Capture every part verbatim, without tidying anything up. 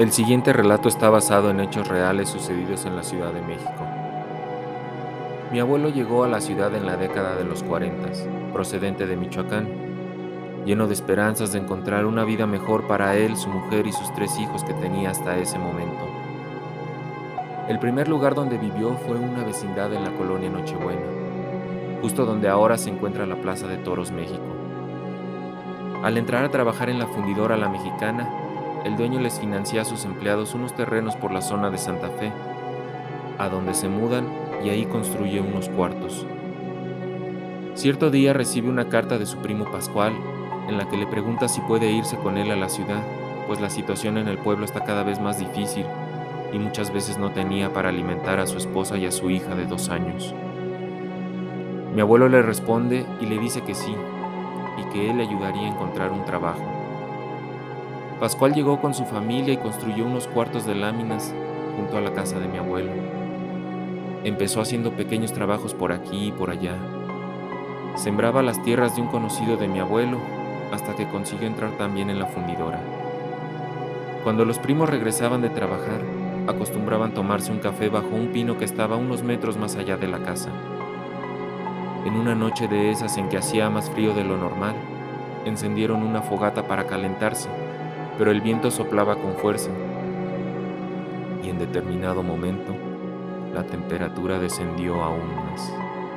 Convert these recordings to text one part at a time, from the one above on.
El siguiente relato está basado en hechos reales sucedidos en la Ciudad de México. Mi abuelo llegó a la ciudad en la década de los cuarentas, procedente de Michoacán, lleno de esperanzas de encontrar una vida mejor para él, su mujer y sus tres hijos que tenía hasta ese momento. El primer lugar donde vivió fue una vecindad en la colonia Nochebuena, justo donde ahora se encuentra la Plaza de Toros México. Al entrar a trabajar en la fundidora La Mexicana, el dueño les financia a sus empleados unos terrenos por la zona de Santa Fe, a donde se mudan y ahí construye unos cuartos. Cierto día recibe una carta de su primo Pascual, en la que le pregunta si puede irse con él a la ciudad, pues la situación en el pueblo está cada vez más difícil y muchas veces no tenía para alimentar a su esposa y a su hija de dos años. Mi abuelo le responde y le dice que sí, y que él le ayudaría a encontrar un trabajo. Pascual llegó con su familia y construyó unos cuartos de láminas junto a la casa de mi abuelo. Empezó haciendo pequeños trabajos por aquí y por allá. Sembraba las tierras de un conocido de mi abuelo hasta que consiguió entrar también en la fundidora. Cuando los primos regresaban de trabajar, acostumbraban tomarse un café bajo un pino que estaba unos metros más allá de la casa. En una noche de esas en que hacía más frío de lo normal, encendieron una fogata para calentarse, pero el viento soplaba con fuerza y en determinado momento la temperatura descendió aún más.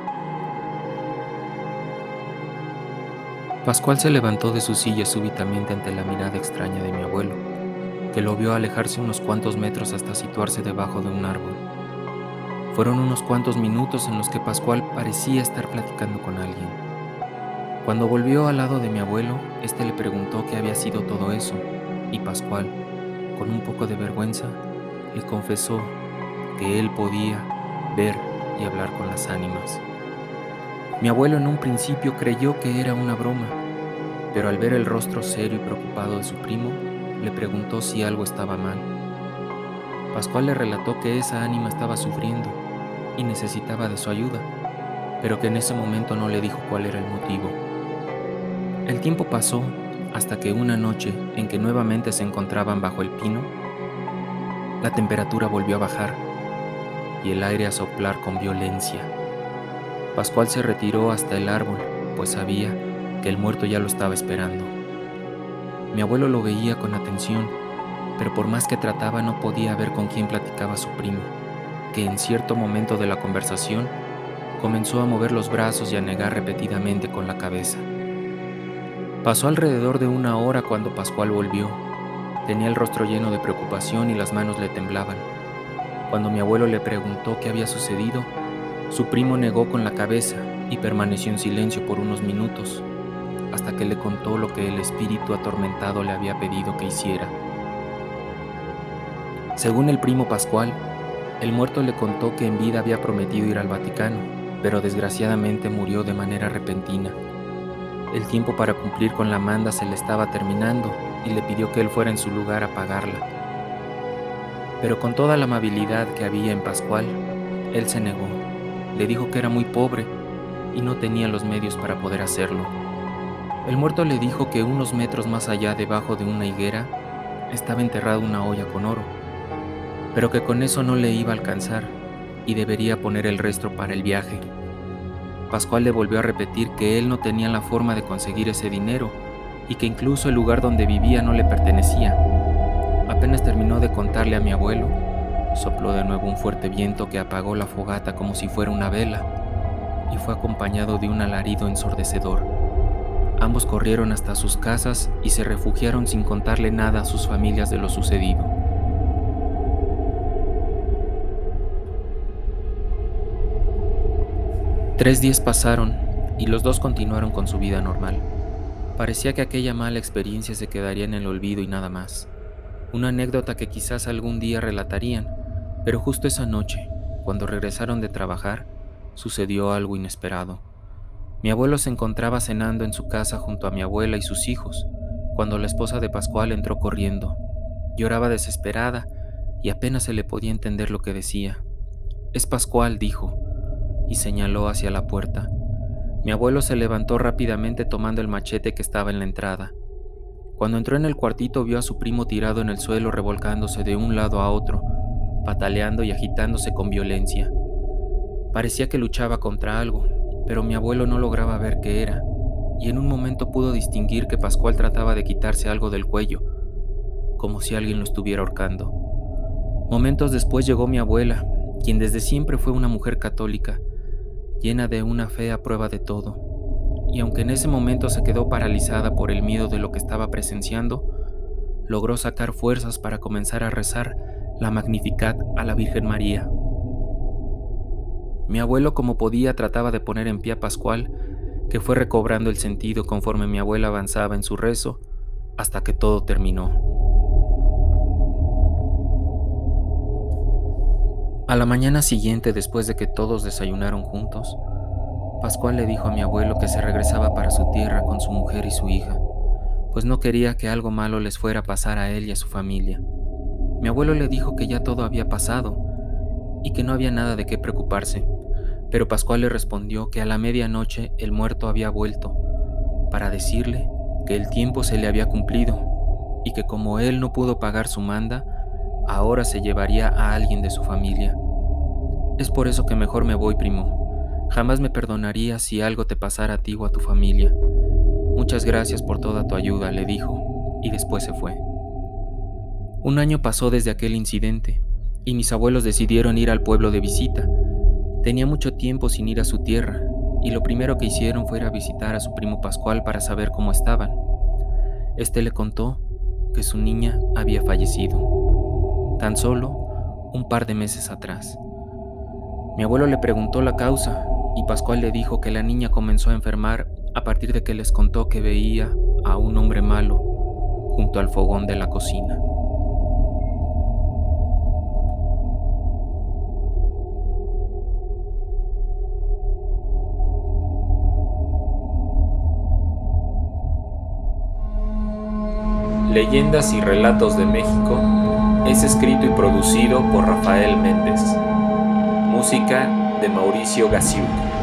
Pascual se levantó de su silla súbitamente ante la mirada extraña de mi abuelo, que lo vio alejarse unos cuantos metros hasta situarse debajo de un árbol. Fueron unos cuantos minutos en los que Pascual parecía estar platicando con alguien. Cuando volvió al lado de mi abuelo, éste le preguntó qué había sido todo eso, y Pascual, con un poco de vergüenza, le confesó que él podía ver y hablar con las ánimas. Mi abuelo en un principio creyó que era una broma, pero al ver el rostro serio y preocupado de su primo, le preguntó si algo estaba mal. Pascual le relató que esa ánima estaba sufriendo y necesitaba de su ayuda, pero que en ese momento no le dijo cuál era el motivo. El tiempo pasó hasta que una noche en que nuevamente se encontraban bajo el pino, la temperatura volvió a bajar y el aire a soplar con violencia. Pascual se retiró hasta el árbol, pues sabía que el muerto ya lo estaba esperando. Mi abuelo lo veía con atención, pero por más que trataba no podía ver con quién platicaba su primo, que en cierto momento de la conversación comenzó a mover los brazos y a negar repetidamente con la cabeza. Pasó alrededor de una hora cuando Pascual volvió. Tenía el rostro lleno de preocupación y las manos le temblaban. Cuando mi abuelo le preguntó qué había sucedido, su primo negó con la cabeza y permaneció en silencio por unos minutos, hasta que le contó lo que el espíritu atormentado le había pedido que hiciera. Según el primo Pascual, el muerto le contó que en vida había prometido ir al Vaticano, pero desgraciadamente murió de manera repentina. El tiempo para cumplir con la manda se le estaba terminando y le pidió que él fuera en su lugar a pagarla. Pero con toda la amabilidad que había en Pascual, él se negó. Le dijo que era muy pobre y no tenía los medios para poder hacerlo. El muerto le dijo que unos metros más allá, debajo de una higuera, estaba enterrada una olla con oro, pero que con eso no le iba a alcanzar y debería poner el resto para el viaje. Pascual le volvió a repetir que él no tenía la forma de conseguir ese dinero y que incluso el lugar donde vivía no le pertenecía. Apenas terminó de contarle a mi abuelo, sopló de nuevo un fuerte viento que apagó la fogata como si fuera una vela y fue acompañado de un alarido ensordecedor. Ambos corrieron hasta sus casas y se refugiaron sin contarle nada a sus familias de lo sucedido. Tres días pasaron y los dos continuaron con su vida normal. Parecía que aquella mala experiencia se quedaría en el olvido y nada más. Una anécdota que quizás algún día relatarían, pero justo esa noche, cuando regresaron de trabajar, sucedió algo inesperado. Mi abuelo se encontraba cenando en su casa junto a mi abuela y sus hijos, cuando la esposa de Pascual entró corriendo. Lloraba desesperada y apenas se le podía entender lo que decía. «Es Pascual», dijo, y señaló hacia la puerta. Mi abuelo se levantó rápidamente tomando el machete que estaba en la entrada. Cuando entró en el cuartito vio a su primo tirado en el suelo revolcándose de un lado a otro, pataleando y agitándose con violencia. Parecía que luchaba contra algo, pero mi abuelo no lograba ver qué era, y en un momento pudo distinguir que Pascual trataba de quitarse algo del cuello, como si alguien lo estuviera ahorcando. Momentos después llegó mi abuela, quien desde siempre fue una mujer católica, llena de una fe a prueba de todo, y aunque en ese momento se quedó paralizada por el miedo de lo que estaba presenciando, logró sacar fuerzas para comenzar a rezar la Magnificat a la Virgen María. Mi abuelo, como podía, trataba de poner en pie a Pascual, que fue recobrando el sentido conforme mi abuela avanzaba en su rezo, hasta que todo terminó. A la mañana siguiente, después de que todos desayunaron juntos, Pascual le dijo a mi abuelo que se regresaba para su tierra con su mujer y su hija, pues no quería que algo malo les fuera a pasar a él y a su familia. Mi abuelo le dijo que ya todo había pasado y que no había nada de qué preocuparse, pero Pascual le respondió que a la medianoche el muerto había vuelto para decirle que el tiempo se le había cumplido y que como él no pudo pagar su manda, ahora se llevaría a alguien de su familia. Es por eso que mejor me voy, primo. Jamás me perdonaría si algo te pasara a ti o a tu familia. Muchas gracias por toda tu ayuda, le dijo, y después se fue. Un año pasó desde aquel incidente, y mis abuelos decidieron ir al pueblo de visita. Tenía mucho tiempo sin ir a su tierra, y lo primero que hicieron fue ir a visitar a su primo Pascual para saber cómo estaban. Este le contó que su niña había fallecido, tan solo un par de meses atrás. Mi abuelo le preguntó la causa, y Pascual le dijo que la niña comenzó a enfermar a partir de que les contó que veía a un hombre malo junto al fogón de la cocina. Leyendas y Relatos de México es escrito y producido por Rafael Méndez. Música de Mauricio Gaciuk.